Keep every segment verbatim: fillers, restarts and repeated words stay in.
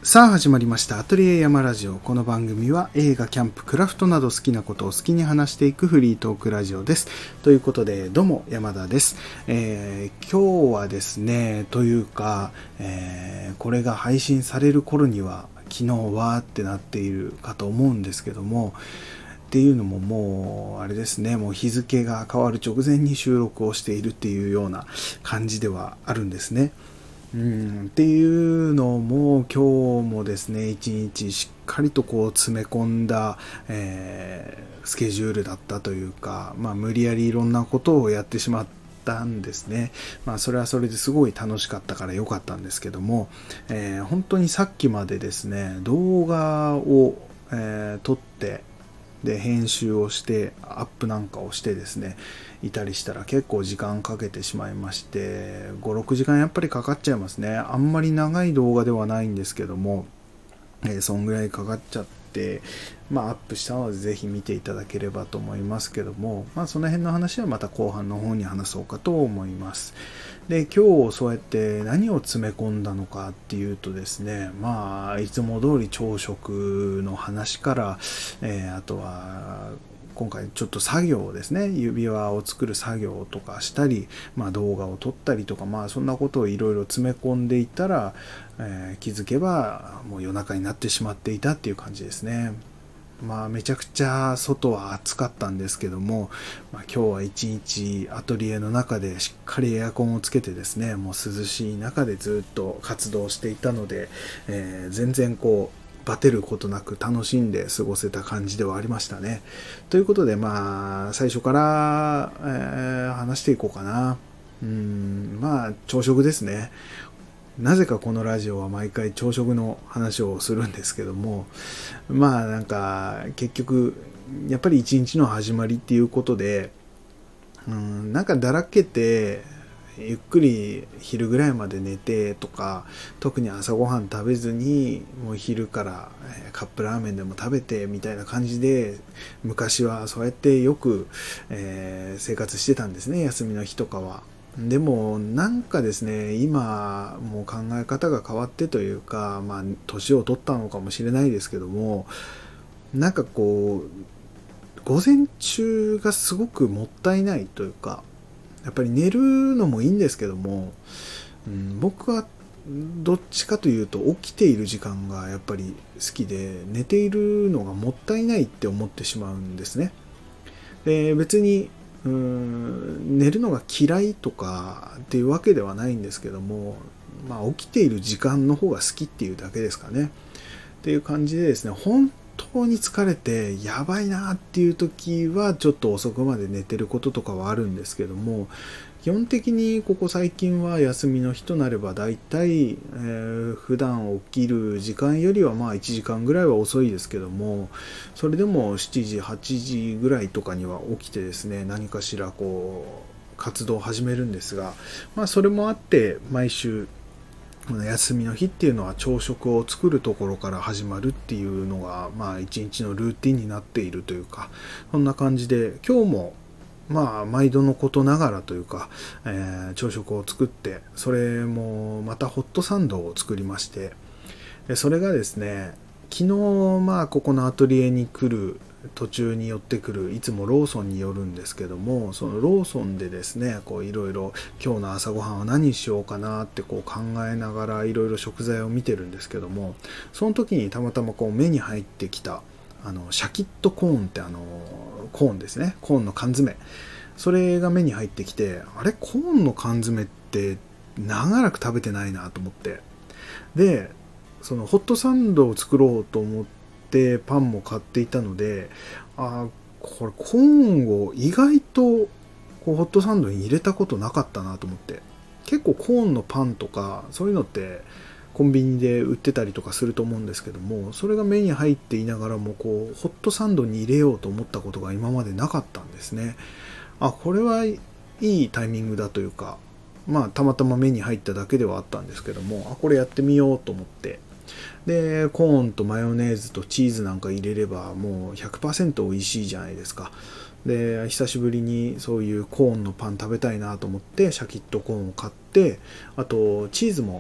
さあ始まりましたアトリエ山ラジオ。この番組は映画、キャンプ、クラフトなど好きなことを好きに話していくフリートークラジオです。ということでどうも山田です。えー、今日はですねというか、えー、これが配信される頃には昨日はってなっているかと思うんですけども、っていうのももうあれですね、もう日付が変わる直前に収録をしているっていうような感じではあるんですね。うん、っていうのも今日もですね一日しっかりとこう詰め込んだ、えースケジュールだったというか、まあ、無理やりいろんなことをやってしまったんですね。まあそれはそれですごい楽しかったから良かったんですけども、えー本当にさっきまでですね動画を、えー撮ってで編集をしてアップなんかをしてですねいたりしたら結構時間かけてしまいまして、ごろくじかんやっぱりかかっちゃいますね。あんまり長い動画ではないんですけども、えーそんぐらいかかっちゃって、まあアップしたのでぜひ見ていただければと思いますけども、まあその辺の話はまた後半の方に話そうかと思います。で、今日そうやって何を詰め込んだのかっていうとですね、まあいつも通り朝食の話から、えーあとは今回ちょっと作業ですね、指輪を作る作業とかしたり、まあ、動画を撮ったりとか、まあそんなことをいろいろ詰め込んでいたら、えー気づけばもう夜中になってしまっていたっていう感じですね。まあめちゃくちゃ外は暑かったんですけども、まあ、今日は一日アトリエの中でしっかりエアコンをつけてですね、もう涼しい中でずっと活動していたので、えー全然こうバテることなく楽しんで過ごせた感じではありましたね。ということでまあ最初から、えー話していこうかな。うーんまあ朝食ですね。なぜかこのラジオは毎回朝食の話をするんですけども、まあなんか結局やっぱり一日の始まりっていうことで、うん、なんかだらけてゆっくり昼ぐらいまで寝てとか、特に朝ごはん食べずにもう昼からえーカップラーメンでも食べてみたいな感じで昔はそうやってよく、えー生活してたんですね、休みの日とかは。でもなんかですね今もう考え方が変わってというか、まあ年を取ったのかもしれないですけども、なんかこう午前中がすごくもったいないというか、やっぱり寝るのもいいんですけども、うん、僕はどっちかというと起きている時間がやっぱり好きで、寝ているのがもったいないって思ってしまうんですね。で別にうーん寝るのが嫌いとかっていうわけではないんですけども、まあ起きている時間の方が好きっていうだけですかね。っていう感じでですね、本当に疲れてやばいなっていう時はちょっと遅くまで寝てることとかはあるんですけども、基本的にここ最近は休みの日となればだいたい、えー普段起きる時間よりはまあいちじかんぐらいは遅いですけども、それでもしちじはちじぐらいとかには起きてですね、何かしらこう活動を始めるんですが、まあそれもあって毎週休みの日っていうのは朝食を作るところから始まるっていうのがまあ一日のルーティンになっているというか、そんな感じで今日もまあ毎度のことながらというか、えー朝食を作って、それもまたホットサンドを作りまして、でそれがですね昨日まあここのアトリエに来る途中に寄ってくるいつもローソンに寄るんですけども、そのローソンでですねこういろいろ今日の朝ごはんは何にしようかなってこう考えながらいろいろ食材を見てるんですけども、その時にたまたまこう目に入ってきたあのシャキッとコーンってあのコーンですね、コーンの缶詰、それが目に入ってきて、あれコーンの缶詰って長らく食べてないなと思って、でそのホットサンドを作ろうと思ってパンも買っていたので、あこれコーンを意外とこうホットサンドに入れたことなかったなと思って、結構コーンのパンとかそういうのってコンビニで売ってたりとかすると思うんですけども、それが目に入っていながらもこうホットサンドに入れようと思ったことが今までなかったんですね。あこれはいいタイミングだというか、まあたまたま目に入っただけではあったんですけども、あこれやってみようと思って、でコーンとマヨネーズとチーズなんか入れればもう ひゃくパーセント 美味しいじゃないですか。で久しぶりにそういうコーンのパン食べたいなと思ってシャキッとコーンを買って、あとチーズも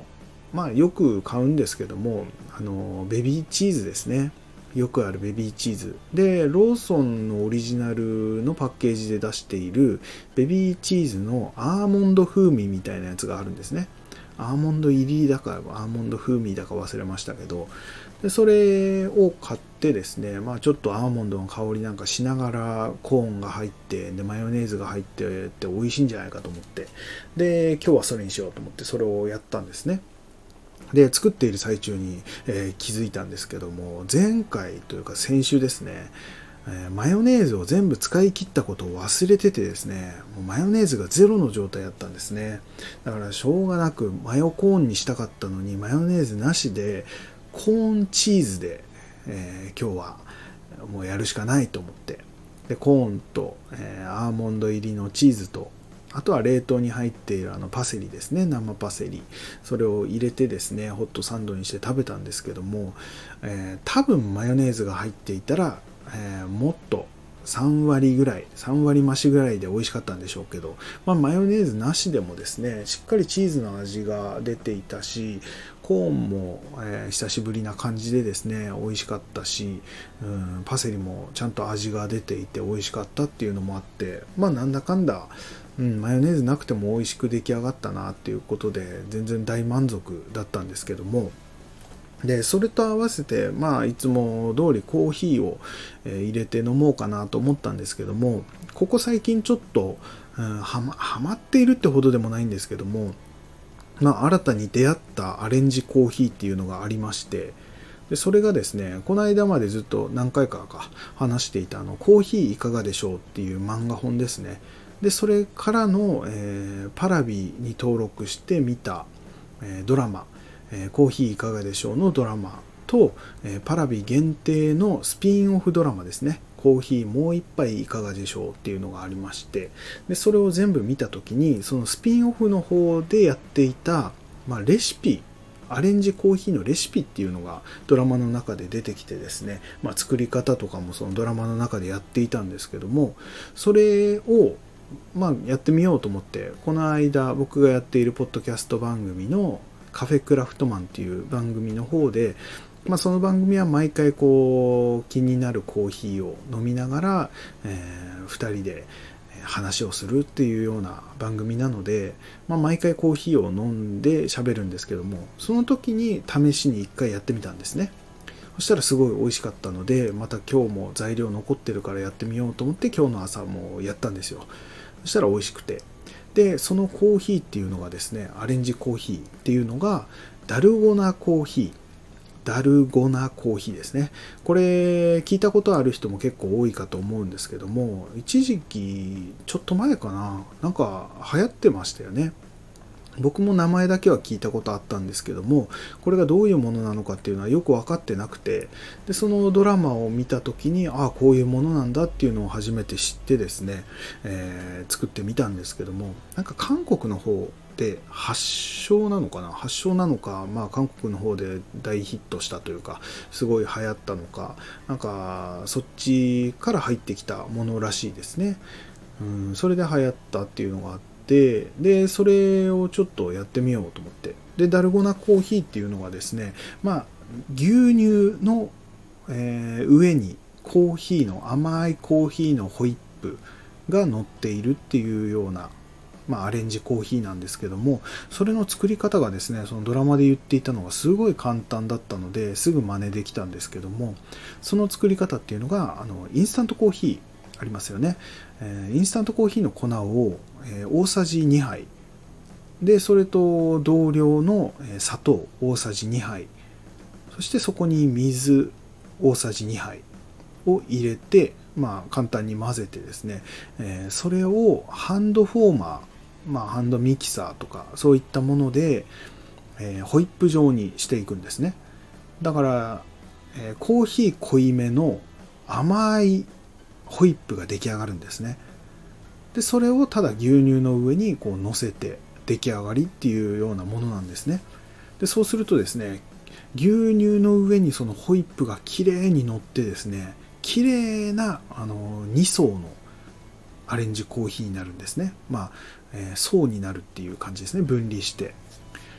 まあよく買うんですけども、あのベビーチーズですね。よくあるベビーチーズで、ローソンのオリジナルのパッケージで出しているベビーチーズのアーモンド風味みたいなやつがあるんですね。アーモンド入りだかアーモンド風味だか忘れましたけど、でそれを買ってですね、まあちょっとアーモンドの香りなんかしながら、コーンが入ってでマヨネーズが入ってって美味しいんじゃないかと思って、で今日はそれにしようと思ってそれをやったんですね。で作っている最中に、えー、気づいたんですけども、前回というか先週ですね、えー、マヨネーズを全部使い切ったことを忘れててですね、もうマヨネーズがゼロの状態だったんですね。だからしょうがなくマヨコーンにしたかったのに、マヨネーズなしでコーンチーズで、えー、今日はもうやるしかないと思って、でコーンと、えー、アーモンド入りのチーズと、あとは冷凍に入っているあのパセリですね、生パセリ、それを入れてですね、ホットサンドにして食べたんですけども、えー、多分マヨネーズが入っていたら、えー、もっとさんわりぐらい、さんわり増しぐらいで美味しかったんでしょうけど、まあ、マヨネーズなしでもですね、しっかりチーズの味が出ていたし、コーンも、えー、久しぶりな感じでですね、美味しかったし、うん、パセリもちゃんと味が出ていて美味しかったっていうのもあって、まあなんだかんだ、うん、マヨネーズなくても美味しく出来上がったなっていうことで、全然大満足だったんですけども、でそれと合わせて、まあ、いつも通りコーヒーを入れて飲もうかなと思ったんですけども、ここ最近ちょっと、うん、はま、はまっているってほどでもないんですけども、まあ、新たに出会ったアレンジコーヒーっていうのがありまして、でそれがですね、この間までずっと何回かか話していたあのコーヒーいかがでしょうっていう漫画本ですね。でそれからの、えー、パラビに登録して見た、えー、ドラマ、えー、コーヒーいかがでしょうのドラマと、えー、パラビ限定のスピンオフドラマですね、コーヒーもう一杯いかがでしょうっていうのがありまして、でそれを全部見たときに、そのスピンオフの方でやっていた、まあ、レシピ、アレンジコーヒーのレシピっていうのがドラマの中で出てきてですね、まあ、作り方とかもそのドラマの中でやっていたんですけども、それをまあやってみようと思って、この間僕がやっているポッドキャスト番組のカフェクラフトマンっていう番組の方で、まあ、その番組は毎回こう気になるコーヒーを飲みながら、えー、ふたりで話をするっていうような番組なので、まあ、毎回コーヒーを飲んで喋るんですけども、その時に試しにいっかいやってみたんですね。そしたらすごい美味しかったので、また今日も材料残ってるからやってみようと思って今日の朝もやったんですよ。そしたら美味しくて、でそのコーヒーっていうのがですね、アレンジコーヒーっていうのがダルゴナコーヒー、ダルゴナコーヒーですね。これ聞いたことある人も結構多いかと思うんですけども、一時期ちょっと前かな、なんか流行ってましたよね。僕も名前だけは聞いたことあったんですけども、これがどういうものなのかっていうのはよく分かってなくて、でそのドラマを見た時に、ああこういうものなんだっていうのを初めて知ってですね、えー、作ってみたんですけども、なんか韓国の方で発祥なのかな発祥なのか、まあ韓国の方で大ヒットしたというか、すごい流行ったのか、なんかそっちから入ってきたものらしいですね。うん、それで流行ったっていうのがあって、で, でそれをちょっとやってみようと思って、でダルゴナコーヒーっていうのはですね、まあ牛乳の、えー、上にコーヒーの甘いコーヒーのホイップが乗っているっていうような、まあ、アレンジコーヒーなんですけども、それの作り方がですね、そのドラマで言っていたのがすごい簡単だったのですぐ真似できたんですけども、その作り方っていうのが、あのインスタントコーヒーありますよね。えー、インスタントコーヒーの粉を、えー、大さじにはいで、それと同量の砂糖大さじにはい、そしてそこに水大さじにはいを入れて、まあ簡単に混ぜてですね、えー、それをハンドフォーマー、まあハンドミキサーとかそういったもので、えー、ホイップ状にしていくんですね。だから、えー、コーヒー濃いめの甘いホイップが出来上がるんですね。でそれをただ牛乳の上にこう乗せて出来上がりっていうようなものなんですね。でそうするとですね、牛乳の上にそのホイップがきれいに乗ってですね、きれいなあのに層のアレンジコーヒーになるんですね。まあ、えー、層になるっていう感じですね、分離して。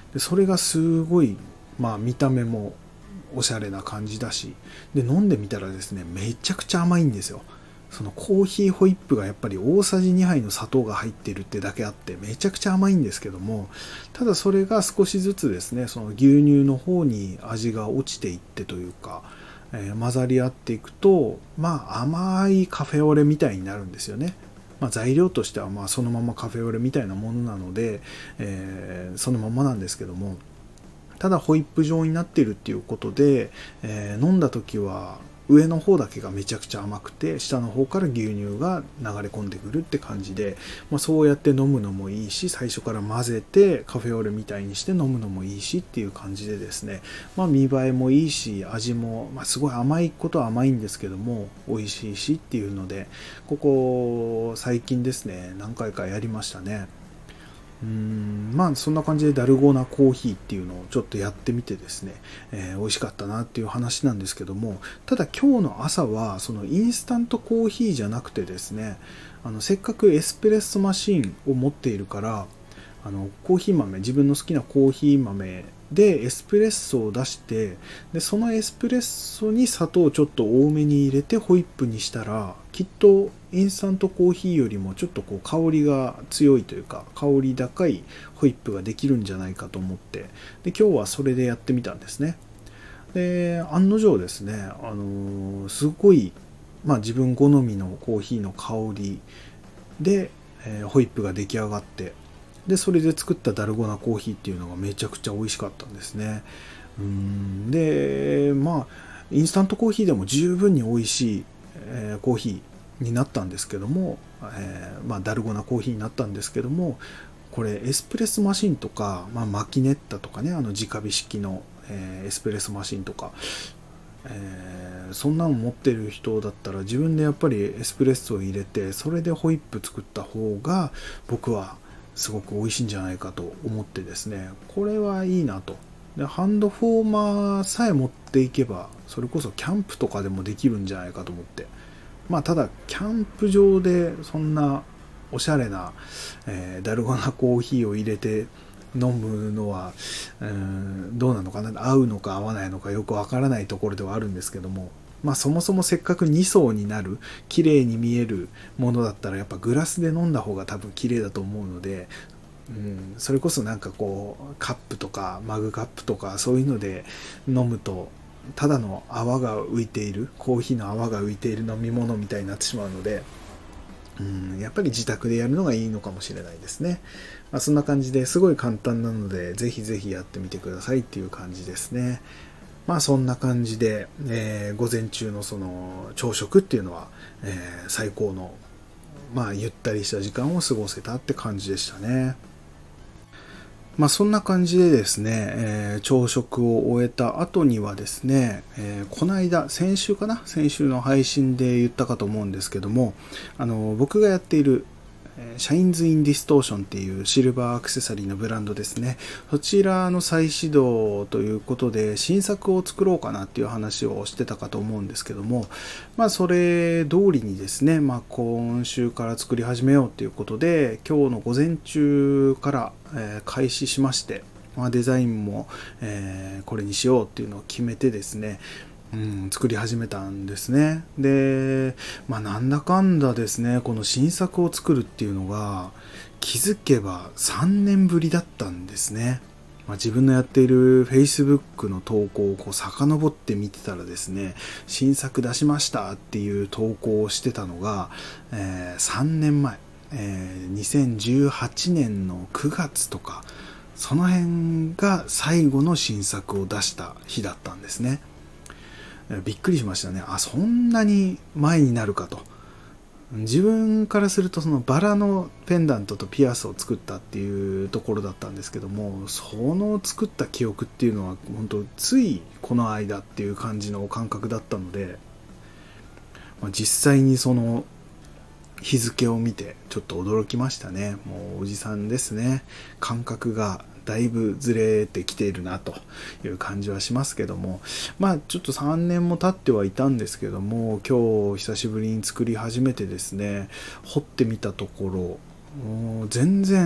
でそれがすごい、まあ、見た目もおしゃれな感じだし、で飲んでみたらですね、めちゃくちゃ甘いんですよ。そのコーヒーホイップがやっぱり大さじにはいの砂糖が入ってるってだけあってめちゃくちゃ甘いんですけども、ただそれが少しずつですね、その牛乳の方に味が落ちていってというか、えー、混ざり合っていくと、まあ甘いカフェオレみたいになるんですよね。まあ、材料としてはまあそのままカフェオレみたいなものなので、えー、そのままなんですけども、ただホイップ状になっているっていうことで、えー、飲んだ時は上の方だけがめちゃくちゃ甘くて、下の方から牛乳が流れ込んでくるって感じで、まあ、そうやって飲むのもいいし、最初から混ぜてカフェオレみたいにして飲むのもいいしっていう感じでですね、まあ、見栄えもいいし、味も、まあ、すごい甘いことは甘いんですけども美味しいしっていうので、ここ最近ですね、何回かやりましたね。うーんまあそんな感じでダルゴナコーヒーっていうのをちょっとやってみてですね、えー、美味しかったなっていう話なんですけども、ただ今日の朝はそのインスタントコーヒーじゃなくてですね、あのせっかくエスプレッソマシーンを持っているから、あのコーヒー豆、自分の好きなコーヒー豆でエスプレッソを出して、でそのエスプレッソに砂糖をちょっと多めに入れてホイップにしたら、きっとインスタントコーヒーよりもちょっとこう香りが強いというか、香り高いホイップができるんじゃないかと思って、で今日はそれでやってみたんですね。で案の定ですね、あのーすごい、まあ、自分好みのコーヒーの香りで、えーホイップが出来上がって、でそれで作ったダルゴナコーヒーっていうのがめちゃくちゃ美味しかったんですね。うーんでまあインスタントコーヒーでも十分に美味しい、えーコーヒーになったんですけども、えーまあ、ダルゴナコーヒーになったんですけども、これエスプレッソマシンとか、まあ、マキネッタとかね、あの直火式の、えーエスプレッソマシンとか、えーそんなの持ってる人だったら自分でやっぱりエスプレッソを入れて、それでホイップ作った方が僕はすごく美味しいんじゃないかと思ってですね、これはいいなと。でハンドフォーマーさえ持っていけば、それこそキャンプとかでもできるんじゃないかと思って、まあただキャンプ場でそんなおしゃれな、えーダルゴナコーヒーを入れて飲むのは、うーんどうなのかな、合うのか合わないのかよくわからないところではあるんですけども、まあそもそもせっかくに層になる綺麗に見えるものだったら、やっぱグラスで飲んだ方が多分綺麗だと思うので、うん、それこそなんかこうカップとかマグカップとかそういうので飲むと、ただの泡が浮いている、コーヒーの泡が浮いている飲み物みたいになってしまうので、うん、やっぱり自宅でやるのがいいのかもしれないですね。まあ、そんな感じですごい簡単なので、ぜひぜひやってみてくださいっていう感じですね。まあそんな感じで、えー午前中のその朝食っていうのは、えー最高の、まあゆったりした時間を過ごせたって感じでしたね。まあそんな感じでですね、えー朝食を終えた後にはですね、えーこの間、先週かな先週の配信で言ったかと思うんですけども、あの、僕がやっている、えーシャインズ・イン・ディストーションっていうシルバーアクセサリーのブランドですね。そちらの再始動ということで、新作を作ろうかなっていう話をしてたかと思うんですけども、まあそれ通りにですね、まあ今週から作り始めようということで、今日の午前中から、えー開始しまして、まあ、デザインも、えーこれにしようっていうのを決めてですね、うん、作り始めたんですね。で、まあなんだかんだですね、この新作を作るっていうのが気づけばさんねんぶりだったんですね。まあ、自分のやっている Facebook の投稿をこう遡って見てたらですね、新作出しましたっていう投稿をしてたのが、えーさんねんまえ、えーにせんじゅうはちねんのくがつとか、その辺が最後の新作を出した日だったんですね。びっくりしましたね。あ、そんなに前になるかと。自分からするとそのバラのペンダントとピアスを作ったっていうところだったんですけども、その作った記憶っていうのは本当ついこの間っていう感じの感覚だったので、まあ、実際にその日付を見てちょっと驚きましたね。もうおじさんですね。感覚がだいぶずれてきているなという感じはしますけども、まあちょっとさんねんも経ってはいたんですけども、今日久しぶりに作り始めてですね、掘ってみたところ、もう全然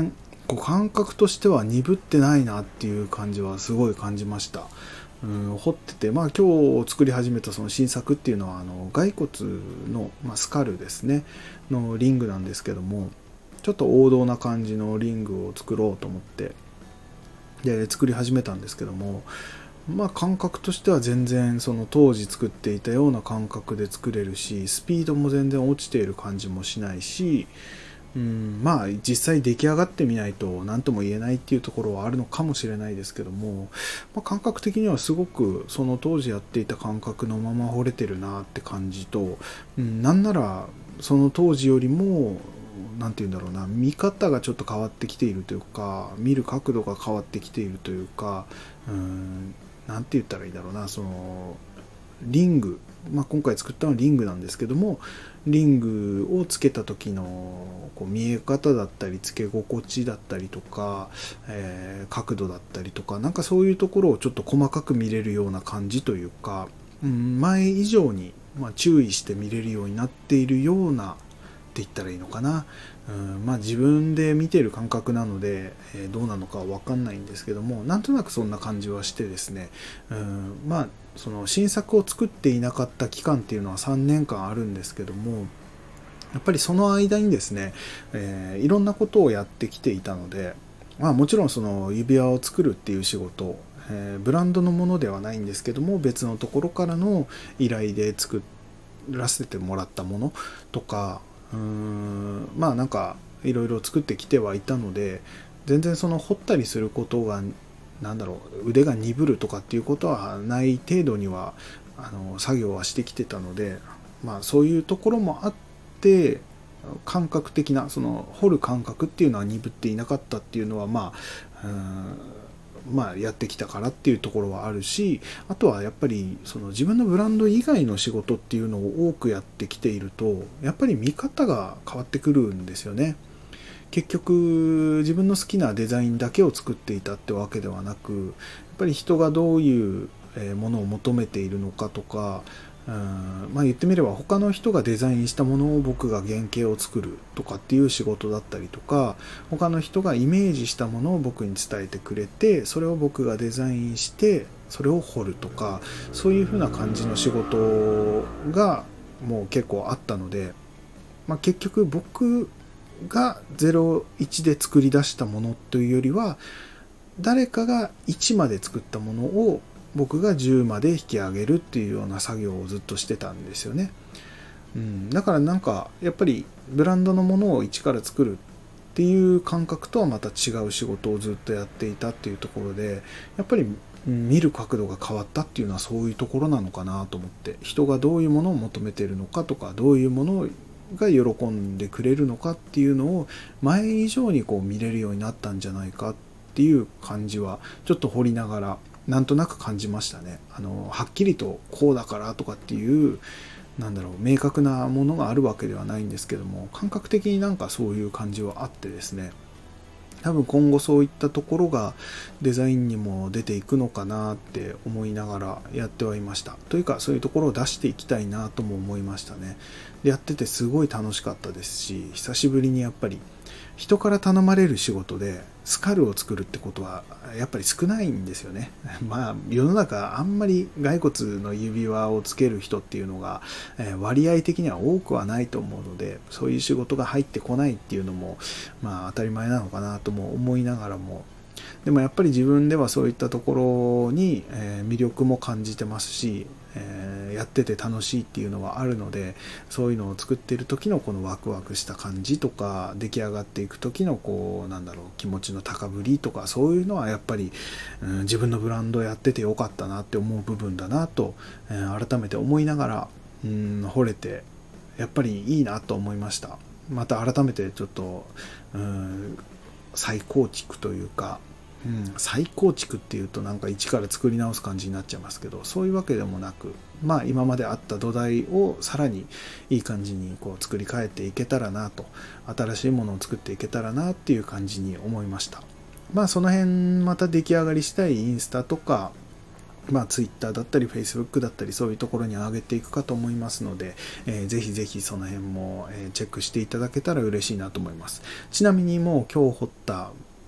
こう感覚としては鈍ってないなっていう感じはすごい感じました。うん、掘ってて、まあ今日作り始めたその新作っていうのはあの骸骨の、まあ、スカルですねのリングなんですけども、ちょっと王道な感じのリングを作ろうと思ってで作り始めたんですけども、まあ感覚としては全然その当時作っていたような感覚で作れるし、スピードも全然落ちている感じもしないし、うん、まあ実際出来上がってみないと何とも言えないっていうところはあるのかもしれないですけども、まあ、感覚的にはすごくその当時やっていた感覚のまま掘れてるなって感じと、うん、なんならその当時よりもなんて言うんだろうな、見方がちょっと変わってきているというか、見る角度が変わってきているというか、うん、なんて言ったらいいんだろうな、そのリング、まあ、今回作ったのはリングなんですけども、リングをつけた時のこう見え方だったりつけ心地だったりとか、えー、角度だったりとか、なんかそういうところをちょっと細かく見れるような感じというか、うん、前以上に、まあ、注意して見れるようになっているようなって言ったらいいのかな、うん、まあ自分で見てる感覚なので、えー、どうなのかは分かんないんですけども、なんとなくそんな感じはしてですね、うん、まあその新作を作っていなかった期間っていうのはさんねんかんあるんですけども、やっぱりその間にですね、えー、いろんなことをやってきていたので、まあもちろんその指輪を作るっていう仕事、えー、ブランドのものではないんですけども、別のところからの依頼で作らせてもらったものとか、うーん、まあなんかいろいろ作ってきてはいたので、全然その掘ったりすることがなんだろう、腕が鈍るとかっていうことはない程度にはあの作業はしてきてたので、まあそういうところもあって感覚的なその掘る感覚っていうのは鈍っていなかったっていうのは、まあ、うん、まあやってきたからっていうところはあるし、あとはやっぱりその自分のブランド以外の仕事っていうのを多くやってきていると、やっぱり見方が変わってくるんですよね。結局自分の好きなデザインだけを作っていたってわけではなく、やっぱり人がどういうものを求めているのかとか、うん、まあ言ってみれば他の人がデザインしたものを僕が原型を作るとかっていう仕事だったりとか、他の人がイメージしたものを僕に伝えてくれて、それを僕がデザインしてそれを彫るとか、そういう風な感じの仕事がもう結構あったので、まあ、結局僕がゼロイチで作り出したものというよりは、誰かがいちまで作ったものを僕がじゅうまで引き上げるっていうような作業をずっとしてたんですよね。うん、だからなんかやっぱりブランドのものを一から作るっていう感覚とはまた違う仕事をずっとやっていたっていうところで、やっぱり見る角度が変わったっていうのはそういうところなのかなと思って、人がどういうものを求めているのかとか、どういうものが喜んでくれるのかっていうのを前以上にこう見れるようになったんじゃないかっていう感じはちょっと掘りながらなんとなく感じましたね。あのはっきりとこうだからとかっていうなんだろう明確なものがあるわけではないんですけども、感覚的になんかそういう感じはあってですね、多分今後そういったところがデザインにも出ていくのかなって思いながらやってはいました。というかそういうところを出していきたいなとも思いましたね。でやっててすごい楽しかったですし、久しぶりにやっぱり人から頼まれる仕事でスカルを作るってことはやっぱり少ないんですよね。まあ世の中あんまり骸骨の指輪をつける人っていうのが割合的には多くはないと思うので、そういう仕事が入ってこないっていうのもまあ当たり前なのかなとも思いながらも、でもやっぱり自分ではそういったところに魅力も感じてますし、えー、やってて楽しいっていうのはあるので、そういうのを作っている時のこのワクワクした感じとか、出来上がっていく時のこうなんだろう気持ちの高ぶりとか、そういうのはやっぱり、うん、自分のブランドやっててよかったなって思う部分だなと、えー、改めて思いながら、うん、掘れてやっぱりいいなと思いました。また改めてちょっと、うん、再構築というか、うん、再構築っていうとなんか一から作り直す感じになっちゃいますけど、そういうわけでもなく、まあ今まであった土台をさらにいい感じにこう作り変えていけたらなと、新しいものを作っていけたらなっていう感じに思いました。まあその辺また出来上がりしたいインスタとか、まあ、Twitter だったり Facebook だったりそういうところに上げていくかと思いますので、えー、ぜひぜひその辺も、えー、チェックしていただけたら嬉しいなと思います。ちなみにもう今日掘った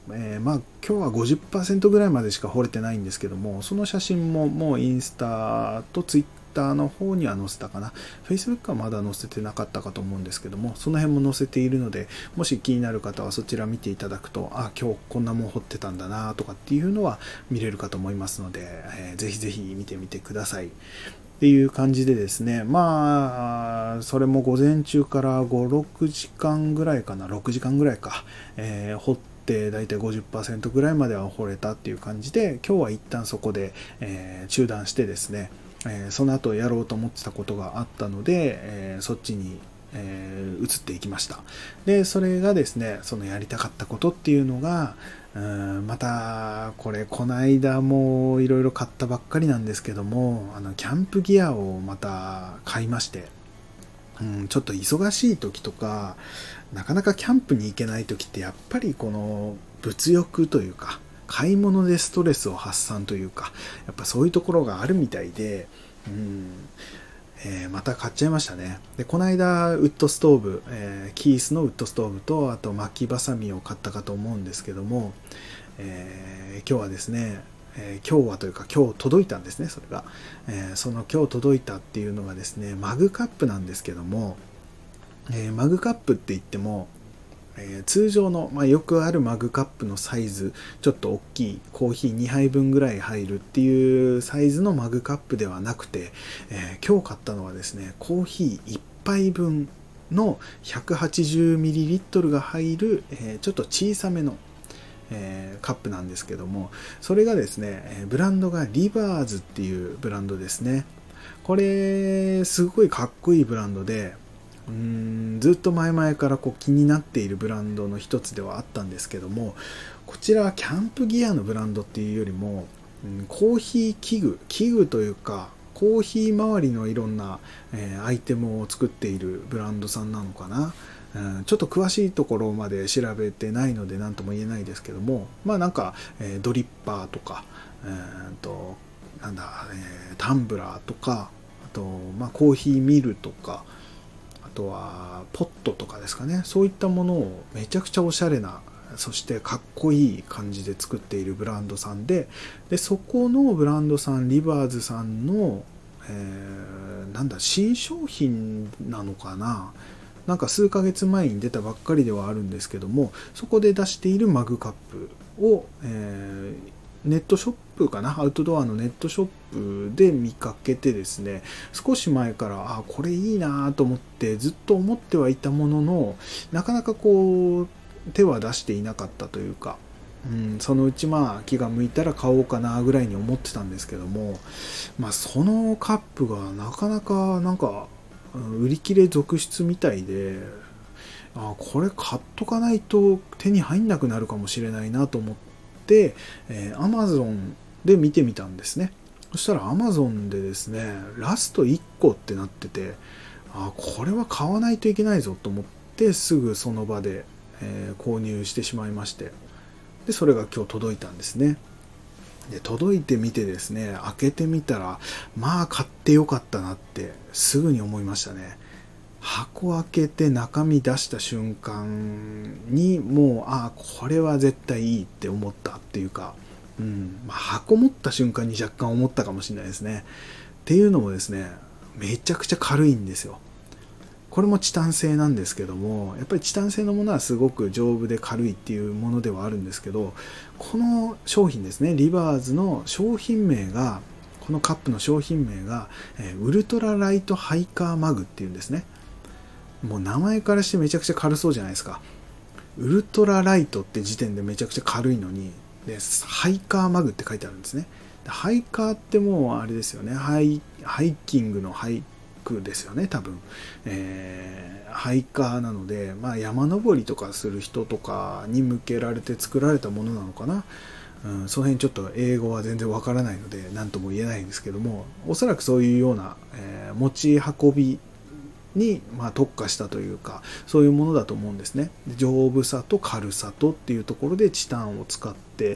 えー、まあ今日は ごじゅっパーセント ぐらいまでしか掘れてないんですけども、その写真ももうインスタとツイッターの方には載せたかな。Facebook はまだ載せてなかったかと思うんですけども、その辺も載せているので、もし気になる方はそちら見ていただくと、あ、今日こんなもん掘ってたんだなとかっていうのは見れるかと思いますので、えー、ぜひぜひ見てみてください。っていう感じでですね、まあ、それも午前中からご、ろくじかんぐらいかな、ろくじかんぐらいか、えー、掘ってだいたい ごじゅっパーセント ぐらいまでは掘れたっていう感じで、今日は一旦そこで、えー、中断してですね、えー、その後やろうと思ってたことがあったので、えー、そっちに、えー、移っていきました。で、それがですね、そのやりたかったことっていうのが、うんまたこれこの間もいろいろ買ったばっかりなんですけども、あのキャンプギアをまた買いまして、うん、ちょっと忙しい時とかなかなかキャンプに行けない時ってやっぱりこの物欲というか買い物でストレスを発散というか、やっぱそういうところがあるみたいで、うんえー、また買っちゃいましたね。で、この間ウッドストーブ、えー、キースのウッドストーブとあと巻きバサミを買ったかと思うんですけども、えー、今日はですね、えー、今日はというか今日届いたんですね、それが、えー、その今日届いたっていうのがですね、マグカップなんですけども、えー、マグカップって言ってもえー、通常の、まあ、よくあるマグカップのサイズ、ちょっと大きいコーヒーにはいぶんぐらい入るっていうサイズのマグカップではなくて、えー、今日買ったのはですね、コーヒーいっぱいぶんの ひゃくはちじゅうミリリットル が入る、えー、ちょっと小さめの、えー、カップなんですけども、それがですね、ブランドがリバーズっていうブランドですね。これすごいかっこいいブランドで、うーんずっと前々からこう気になっているブランドの一つではあったんですけども、こちらはキャンプギアのブランドっていうよりも、うん、コーヒー器具器具というかコーヒー周りのいろんな、えー、アイテムを作っているブランドさんなのかな。うん、ちょっと詳しいところまで調べてないので何とも言えないですけども、まあなんか、えー、ドリッパーとか、えー、となんだ、えー、タンブラーとか、あと、まあ、コーヒーミルとか、あとはポットとかですかね、そういったものをめちゃくちゃおしゃれな、そしてかっこいい感じで作っているブランドさんで、でそこのブランドさんリバーズさんの、えー、なんだ新商品なのかな、なんか数ヶ月前に出たばっかりではあるんですけども、そこで出しているマグカップを、えーネットショップかな、アウトドアのネットショップで見かけてですね、少し前からあこれいいなと思ってずっと思ってはいたものの、なかなかこう手は出していなかったというか、うん、そのうちまあ気が向いたら買おうかなぐらいに思ってたんですけども、まあそのカップがなかなかなんか売り切れ続出みたいで、あこれ買っとかないと手に入んなくなるかもしれないなと思ってで、えー、Amazon で見てみたんですね。そしたら Amazon でですね、ラストいっこってなってて、あこれは買わないといけないぞと思ってすぐその場で、えー、購入してしまいまして、でそれが今日届いたんですね。で届いてみてですね、開けてみたらまあ買ってよかったなってすぐに思いましたね。箱開けて中身出した瞬間にもうああこれは絶対いいって思ったっていうか、うんまあ、箱持った瞬間に若干思ったかもしれないですね。っていうのもですね、めちゃくちゃ軽いんですよ。これもチタン製なんですけども、やっぱりチタン製のものはすごく丈夫で軽いっていうものではあるんですけど、この商品ですね、リバーズの商品名が、このカップの商品名がウルトラライトハイカーマグっていうんですね。もう名前からしてめちゃくちゃ軽そうじゃないですか。ウルトラライトって時点でめちゃくちゃ軽いのに、でハイカーマグって書いてあるんですね。でハイカーってもうあれですよね、ハイ、ハイキングのハイクですよね多分、えー、ハイカーなので、まあ、山登りとかする人とかに向けられて作られたものなのかな。うん、その辺ちょっと英語は全然わからないので何とも言えないんですけども、おそらくそういうような、えー、持ち運びに、まあ、特化したというか、そういうものだと思うんですね。丈夫さと軽さとっていうところでチタンを使って、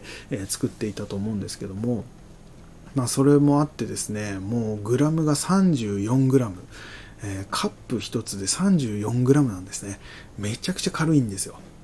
えー、作っていたと思うんですけども、まあ、それもあってですね、もうグラムがさんじゅうよんグラム、えー、カップ一つでさんじゅうよんグラムなんですね。めちゃくちゃ軽いんですよ。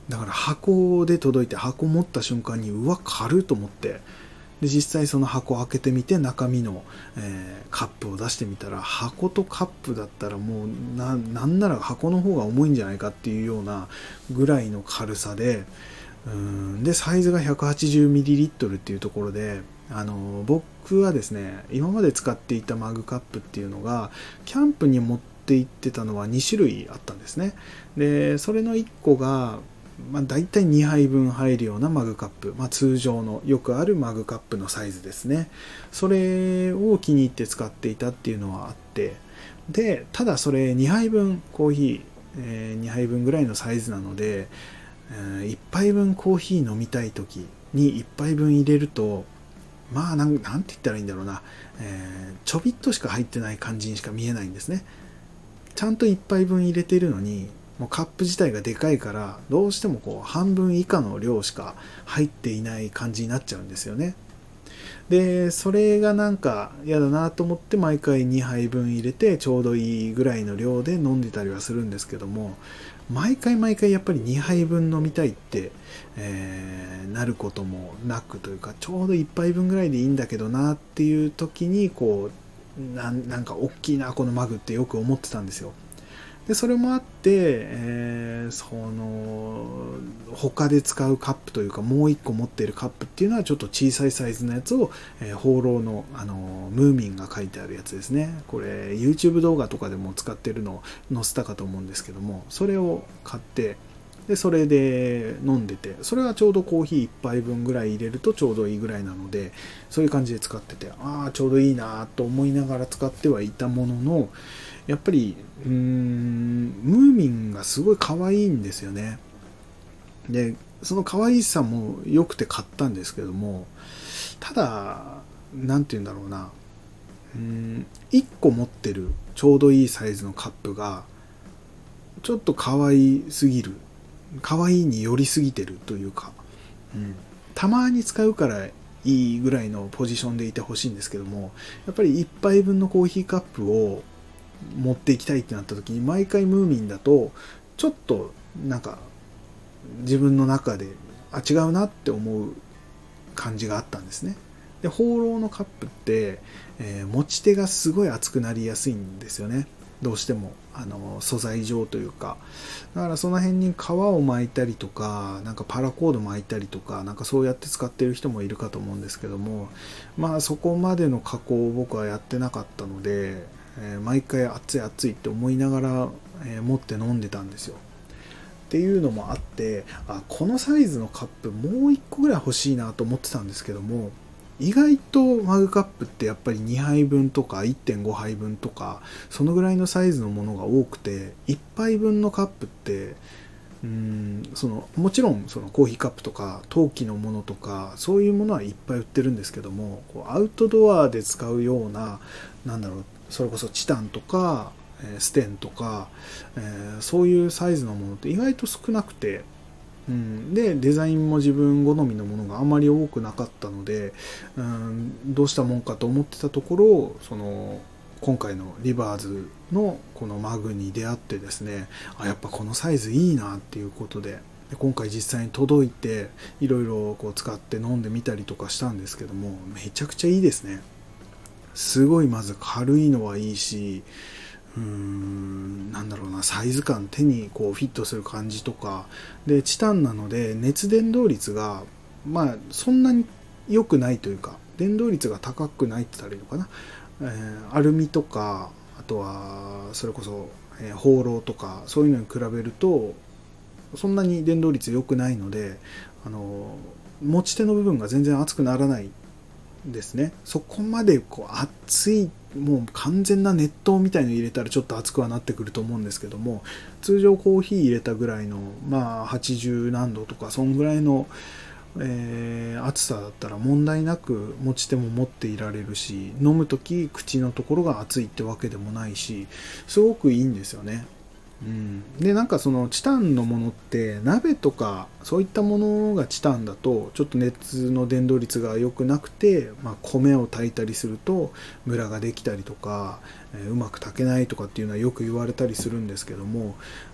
だから箱で届いて、箱持った瞬間にうわ軽いと思って、で実際その箱開けてみて中身の、えー、カップを出してみたら、箱とカップだったらもう な, なんなら箱の方が重いんじゃないかっていうようなぐらいの軽さで、うーんでサイズが ひゃくはちじゅうミリリットル っていうところで、あの僕はですね今まで使っていたマグカップっていうのがキャンプに持って行ってたのはに種類あったんですね。でそれのいっこがまあ、大体にはいぶん入るようなマグカップ、まあ、通常のよくあるマグカップのサイズですね。それを気に入って使っていたっていうのはあって、でただそれにはいぶんコーヒー、えー、にはいぶんぐらいのサイズなので、えー、いっぱいぶんコーヒー飲みたい時にいっぱいぶん入れると、まあなん、なんて言ったらいいんだろうな、えー、ちょびっとしか入ってない感じにしか見えないんですね。ちゃんといっぱいぶん入れてるのに、もうカップ自体がでかいからどうしてもこう半分以下の量しか入っていない感じになっちゃうんですよね。でそれがなんか嫌だなと思って毎回にはいぶん入れてちょうどいいぐらいの量で飲んでたりはするんですけども、毎回毎回やっぱりにはいぶん飲みたいって、えー、なることもなくというか、ちょうどいっぱいぶんぐらいでいいんだけどなっていう時にこう な, なんか大きいなこのマグってよく思ってたんですよ。でそれもあって、えー、その他で使うカップというかもう一個持っているカップっていうのはちょっと小さいサイズのやつを、えー、放浪の、あのムーミンが書いてあるやつですね。これ YouTube 動画とかでも使ってるのを載せたかと思うんですけども、それを買ってでそれで飲んでて、それはちょうどコーヒーいっぱいぶんぐらい入れるとちょうどいいぐらいなので、そういう感じで使ってて、ああちょうどいいなと思いながら使ってはいたものの、やっぱりうーんムーミンがすごい可愛いんですよね。でその可愛さも良くて買ったんですけども、ただなんて言うんだろうな、うーんいっこ持ってるちょうどいいサイズのカップがちょっと可愛すぎる、可愛いに寄りすぎてるというか、うん、たまに使うからいいぐらいのポジションでいてほしいんですけども、やっぱりいっぱいぶんのコーヒーカップを持っていきたいってなった時に毎回ムーミンだとちょっとなんか自分の中であ違うなって思う感じがあったんですね。で放浪のカップって、えー、持ち手がすごい熱くなりやすいんですよね。どうしてもあの素材上というか、だからその辺に革を巻いたりとかなんかパラコード巻いたりとかなんかそうやって使ってる人もいるかと思うんですけども、まあそこまでの加工を僕はやってなかったので、えー、毎回熱い熱いって思いながら、えー、持って飲んでたんですよ。っていうのもあって、あこのサイズのカップもういっこぐらい欲しいなと思ってたんですけども、意外とマグカップってやっぱりにはいぶんとか いってんごはいぶんとかそのぐらいのサイズのものが多くて、いっぱいぶんのカップってうーんそのもちろんそのコーヒーカップとか陶器のものとかそういうものはいっぱい売ってるんですけども、こうアウトドアで使うような、なんだろう、それこそチタンとかステンとか、えー、そういうサイズのものって意外と少なくて、うん、でデザインも自分好みのものがあまり多くなかったので、うん、どうしたもんかと思ってたところ、その今回のリバーズのこのマグに出会ってですね、あやっぱこのサイズいいなっていうことで、で今回実際に届いていろいろこう使って飲んでみたりとかしたんですけども、めちゃくちゃいいですね。すごいまず軽いのはいいし、うーんなんだろうな、サイズ感、手にこうフィットする感じとかで、チタンなので熱伝導率がまあそんなに良くないというか、伝導率が高くないって言ったらいいのかな、えー、アルミとかあとはそれこそ、えー、放浪とかそういうのに比べるとそんなに伝導率良くないので、あの持ち手の部分が全然熱くならないですね。そこまでこう熱い、もう完全な熱湯みたいの入れたらちょっと熱くはなってくると思うんですけども、通常コーヒー入れたぐらいのまあはちじゅうなんどとかそんぐらいの、えー、熱さだったら問題なく持ち手も持っていられるし、飲む時口のところが熱いってわけでもないし、すごくいいんですよね。うん、でなんかそのチタンのものって鍋とかそういったものがチタンだとちょっと熱の伝導率が良くなくて、まあ、米を炊いたりするとムラができたりとか、えー、うまく炊けないとかっていうのはよく言われたりするんですけども、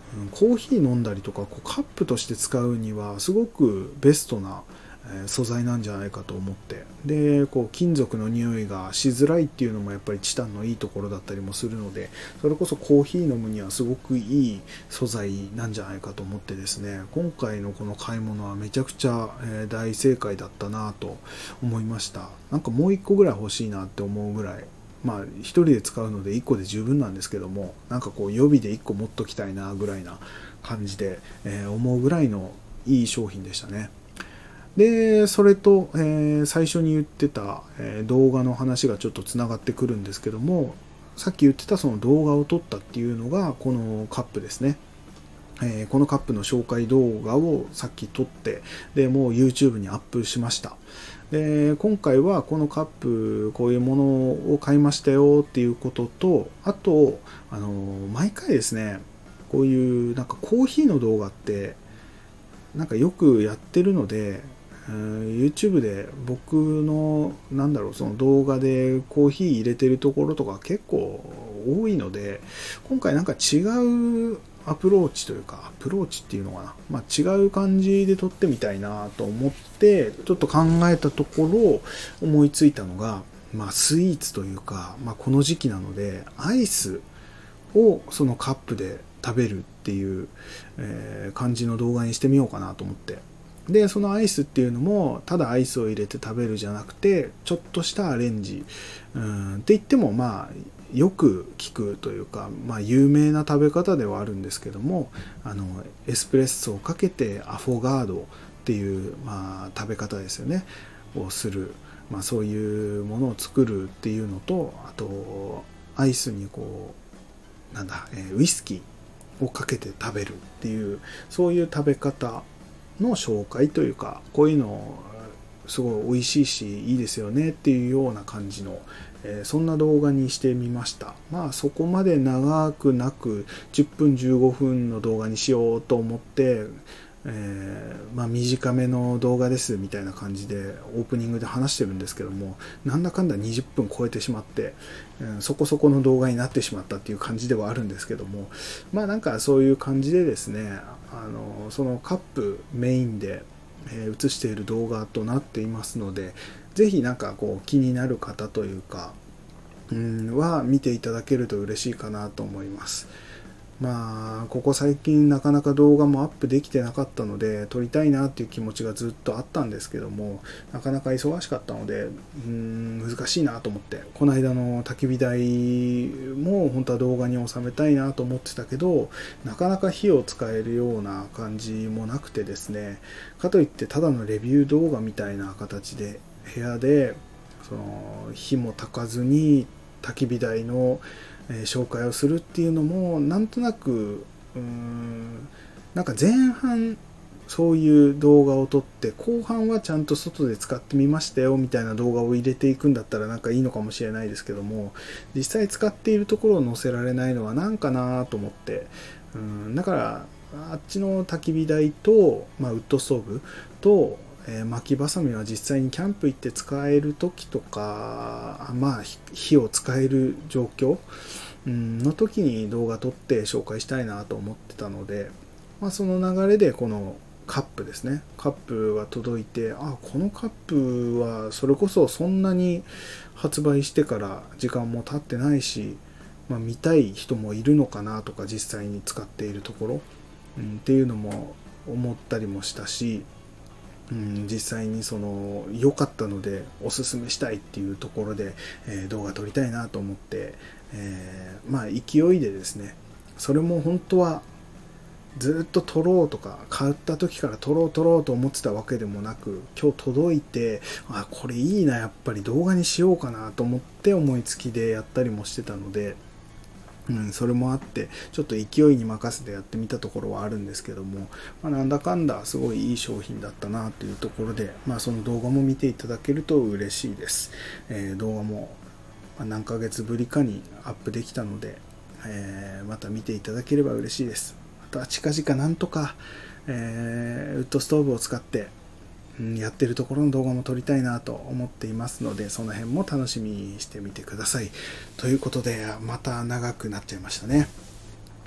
コーヒー飲んだりとかこうカップとして使うにはすごくベストな素材なんじゃないかと思って、でこう金属の匂いがしづらいっていうのもやっぱりチタンのいいところだったりもするので、それこそコーヒー飲むにはすごくいい素材なんじゃないかと思ってですね、今回のこの買い物はめちゃくちゃ大正解だったなと思いました。なんかもういっこぐらい欲しいなって思うぐらい、まあ一人で使うのでいっこで十分なんですけども、なんかこう予備でいっこ持っときたいなぐらいな感じで、えー、思うぐらいのいい商品でしたね。でそれと、えー、最初に言ってた、えー、動画の話がちょっとつながってくるんですけども、さっき言ってたその動画を撮ったっていうのがこのカップですね。えー、このカップの紹介動画をさっき撮って、でもう YouTube にアップしました。で今回はこのカップこういうものを買いましたよっていうことと、あとあの毎回ですね、こういうなんかコーヒーの動画ってなんかよくやってるので、YouTube で僕のなんだろうその動画でコーヒー入れてるところとか結構多いので、今回なんか違うアプローチというか、アプローチっていうのかな、まあ、違う感じで撮ってみたいなと思ってちょっと考えたところ思いついたのが、まあ、スイーツというか、まあ、この時期なのでアイスをそのカップで食べるっていう、えー、感じの動画にしてみようかなと思って、でそのアイスっていうのもただアイスを入れて食べるじゃなくて、ちょっとしたアレンジ、うんって言ってもまあよく聞くというか、まあ、有名な食べ方ではあるんですけども、あのエスプレッソをかけてアフォガードっていう、まあ、食べ方ですよねをする、まあ、そういうものを作るっていうのと、あとアイスにこうなんだ、えー、ウイスキーをかけて食べるっていう、そういう食べ方の紹介というか、こういうのすごい美味しいしいいですよねっていうような感じの、えー、そんな動画にしてみました。まあそこまで長くなくじゅっぷんじゅうごふんの動画にしようと思って、えー、まあ短めの動画ですみたいな感じでオープニングで話してるんですけども、なんだかんだにじゅっぷん超えてしまって、うん、そこそこの動画になってしまったっていう感じではあるんですけども、まあなんかそういう感じでですね、あのそのカップメインで映している動画となっていますので、ぜひなんかこう気になる方というか、うんは見ていただけると嬉しいかなと思います。まあここ最近なかなか動画もアップできてなかったので撮りたいなっていう気持ちがずっとあったんですけども、なかなか忙しかったのでうーん難しいなと思って、この間の焚き火台も本当は動画に収めたいなと思ってたけど、なかなか火を使えるような感じもなくてですね、かといってただのレビュー動画みたいな形で部屋でその火も焚かずに焚き火台の紹介をするっていうのもなんとなくうーんなんか前半そういう動画を撮って後半はちゃんと外で使ってみましたよみたいな動画を入れていくんだったらなんかいいのかもしれないですけども、実際使っているところを載せられないのはなんかなと思って、うんだからあっちの焚き火台と、まあ、ウッドストーブとえー、巻きばさみは実際にキャンプ行って使える時とか、まあ火を使える状況の時に動画撮って紹介したいなと思ってたので、まあ、その流れでこのカップですね、カップが届いて、あこのカップはそれこそそんなに発売してから時間も経ってないし、まあ、見たい人もいるのかなとか実際に使っているところ、うん、っていうのも思ったりもしたし、うん、実際にその良かったのでおすすめしたいっていうところで、えー、動画撮りたいなと思って、えー、まあ勢いでですね、それも本当はずっと撮ろうとか買った時から撮ろう撮ろうと思ってたわけでもなく、今日届いてあこれいいなやっぱり動画にしようかなと思って思いつきでやったりもしてたので、うん、それもあってちょっと勢いに任せてやってみたところはあるんですけども、まあ、なんだかんだすごいいい商品だったなというところで、まあ、その動画も見ていただけると嬉しいです。えー、動画も何ヶ月ぶりかにアップできたので、えー、また見ていただければ嬉しいです。また近々なんとか、えー、ウッドストーブを使ってやってるところの動画も撮りたいなと思っていますので、その辺も楽しみにしてみてください。ということでまた長くなっちゃいましたね。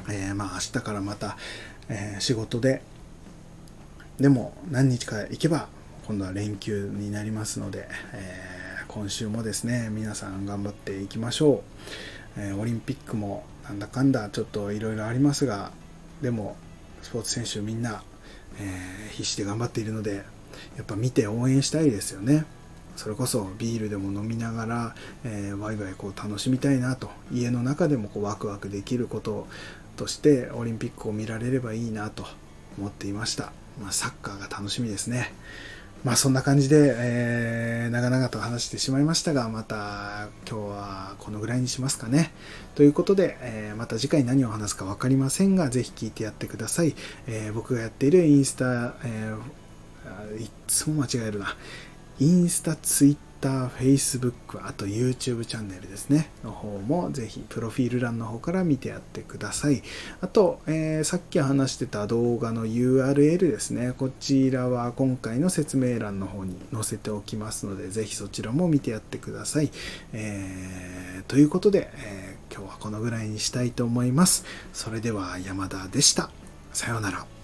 えー、まあ明日からまた、えー、仕事で、でも何日か行けば今度は連休になりますので、えー、今週もですね、皆さん頑張っていきましょう。えー、オリンピックもなんだかんだちょっといろいろありますが、でもスポーツ選手みんな、えー、必死で頑張っているので、やっぱ見て応援したいですよね。それこそビールでも飲みながら、えー、ワイワイこう楽しみたいなと、家の中でもこうワクワクできることとしてオリンピックを見られればいいなと思っていました。まあ、サッカーが楽しみですね。まあそんな感じで、えー、長々と話してしまいましたが、また今日はこのぐらいにしますかね。ということで、えー、また次回何を話すか分かりませんが、ぜひ聞いてやってください。えー、僕がやっているインスタ、えー、いつも間違えるな。インスタ、ツイッター、フェイスブック、あと YouTube チャンネルですね。の方もぜひプロフィール欄の方から見てやってください。あと、えー、さっき話してた動画の ユーアールエル ですね。こちらは今回の説明欄の方に載せておきますので、ぜひそちらも見てやってください。えー、ということで、えー、今日はこのぐらいにしたいと思います。それでは山田でした。さようなら。